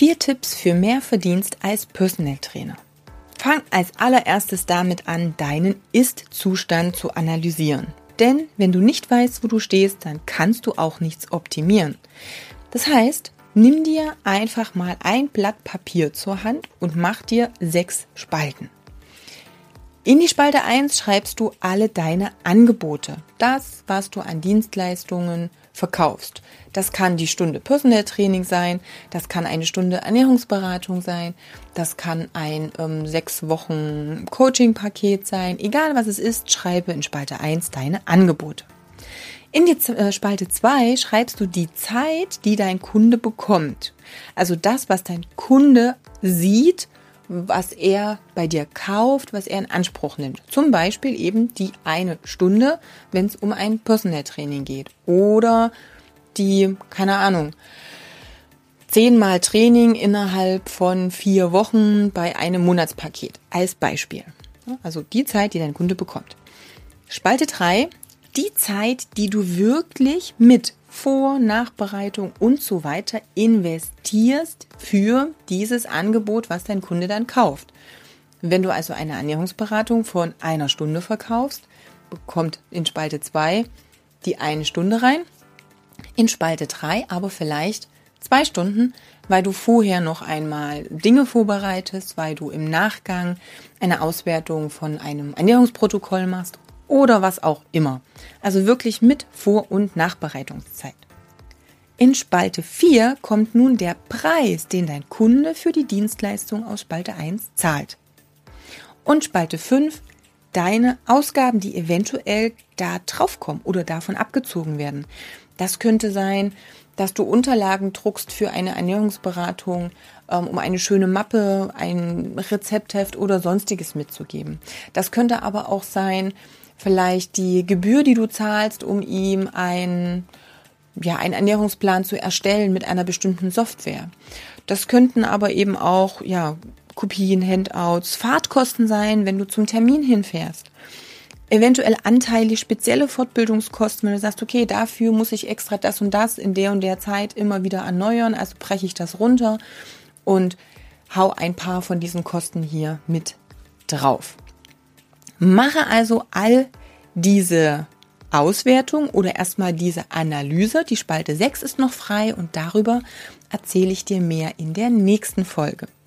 4 Tipps für mehr Verdienst als Personal Trainer. Fang als allererstes damit an, deinen Ist-Zustand zu analysieren. Denn wenn du nicht weißt, wo du stehst, dann kannst du auch nichts optimieren. Das heißt, nimm dir einfach mal ein Blatt Papier zur Hand und mach dir 6 Spalten. In die Spalte 1 schreibst du alle deine Angebote. Das, was du an Dienstleistungen verkaufst. Das kann die Stunde Personal Training sein, das kann eine Stunde Ernährungsberatung sein, das kann ein 6 Wochen Coaching-Paket sein. Egal was es ist, schreibe in Spalte 1 deine Angebote. In die Spalte 2 schreibst du die Zeit, die dein Kunde bekommt. Also das, was dein Kunde sieht, was er bei dir kauft, was er in Anspruch nimmt. Zum Beispiel eben die 1 Stunde, wenn es um ein Personal Training geht. Oder die, 10-mal Training innerhalb von 4 Wochen bei einem Monatspaket als Beispiel. Also die Zeit, die dein Kunde bekommt. Spalte 3, die Zeit, die du wirklich mit Vor-, Nachbereitung und so weiter investierst für dieses Angebot, was dein Kunde dann kauft. Wenn du also eine Ernährungsberatung von 1 Stunde verkaufst, bekommt in Spalte 2 die 1 Stunde rein, in Spalte 3 aber vielleicht 2 Stunden, weil du vorher noch einmal Dinge vorbereitest, weil du im Nachgang eine Auswertung von einem Ernährungsprotokoll machst oder was auch immer. Also wirklich mit Vor- und Nachbereitungszeit. In Spalte 4 kommt nun der Preis, den dein Kunde für die Dienstleistung aus Spalte 1 zahlt. Und Spalte 5, deine Ausgaben, die eventuell da draufkommen oder davon abgezogen werden. Das könnte sein, dass du Unterlagen druckst für eine Ernährungsberatung, um eine schöne Mappe, ein Rezeptheft oder sonstiges mitzugeben. Das könnte aber auch sein, vielleicht die Gebühr, die du zahlst, um ihm einen Ernährungsplan zu erstellen mit einer bestimmten Software. Das könnten aber eben auch Kopien, Handouts, Fahrtkosten sein, wenn du zum Termin hinfährst. Eventuell anteilig spezielle Fortbildungskosten, wenn du sagst, okay, dafür muss ich extra das und das in der und der Zeit immer wieder erneuern, also breche ich das runter und hau ein paar von diesen Kosten hier mit drauf. Mache also all diese Auswertung oder erstmal diese Analyse. Die Spalte 6 ist noch frei und darüber erzähle ich dir mehr in der nächsten Folge.